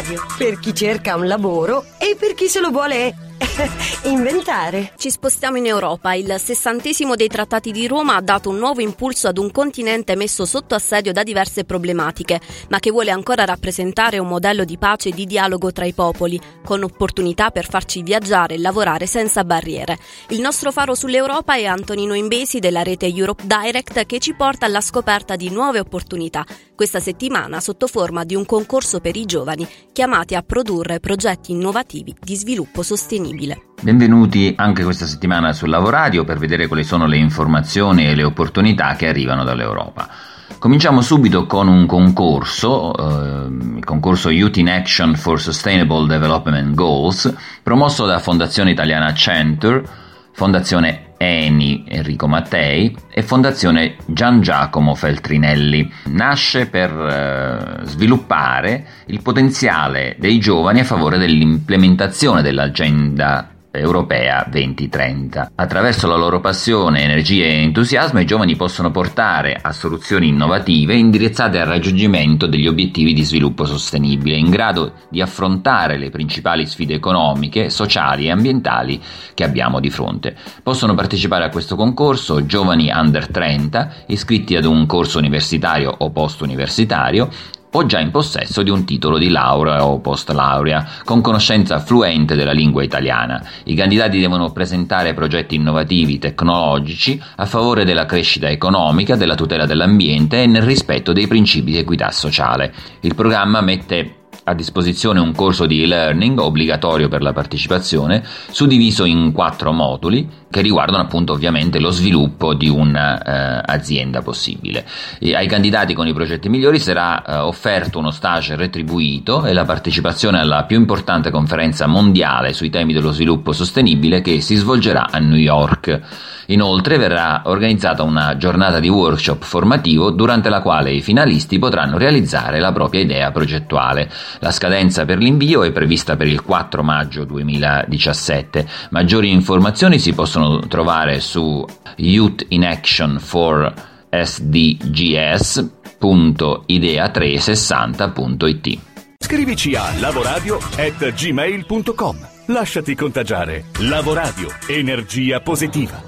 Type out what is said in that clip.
Lavoradio, per chi cerca un lavoro e per chi se lo vuole inventare. Ci spostiamo in Europa. Il 60° dei Trattati di Roma ha dato un nuovo impulso ad un continente messo sotto assedio da diverse problematiche, ma che vuole ancora rappresentare un modello di pace e di dialogo tra i popoli, con opportunità per farci viaggiare e lavorare senza barriere. Il nostro faro sull'Europa è Antonino Imbesi della rete Europe Direct, che ci porta alla scoperta di nuove opportunità, questa settimana sotto forma di un concorso per i giovani chiamati a produrre progetti innovativi di sviluppo sostenibile. Benvenuti anche questa settimana su Lavoradio per vedere quali sono le informazioni e le opportunità che arrivano dall'Europa. Cominciamo subito con un concorso, il concorso Youth in Action for Sustainable Development Goals, promosso da Fondazione Italiana Centre, Fondazione Eni Enrico Mattei e Fondazione Gian Giacomo Feltrinelli. Nasce per sviluppare il potenziale dei giovani a favore dell'implementazione dell'agenda europea 2030. Attraverso la loro passione, energia e entusiasmo, i giovani possono portare a soluzioni innovative indirizzate al raggiungimento degli obiettivi di sviluppo sostenibile, in grado di affrontare le principali sfide economiche, sociali e ambientali che abbiamo di fronte. Possono partecipare a questo concorso giovani under 30 iscritti ad un corso universitario o post-universitario o già in possesso di un titolo di laurea o post-laurea, con conoscenza fluente della lingua italiana. I candidati devono presentare progetti innovativi tecnologici a favore della crescita economica, della tutela dell'ambiente e nel rispetto dei principi di equità sociale. Il programma mette a disposizione un corso di e-learning obbligatorio per la partecipazione, suddiviso in 4 moduli che riguardano appunto ovviamente lo sviluppo di un'azienda possibile. Ai candidati con i progetti migliori sarà offerto uno stage retribuito e la partecipazione alla più importante conferenza mondiale sui temi dello sviluppo sostenibile che si svolgerà a New York. Inoltre verrà organizzata una giornata di workshop formativo durante la quale i finalisti potranno realizzare la propria idea progettuale. La scadenza per l'invio è prevista per il 4 maggio 2017. Maggiori informazioni si possono trovare su youthinactionforsdgs.idea360.it. Scrivici a lavoradio@gmail.com. Lasciati contagiare. Lavoradio, energia positiva.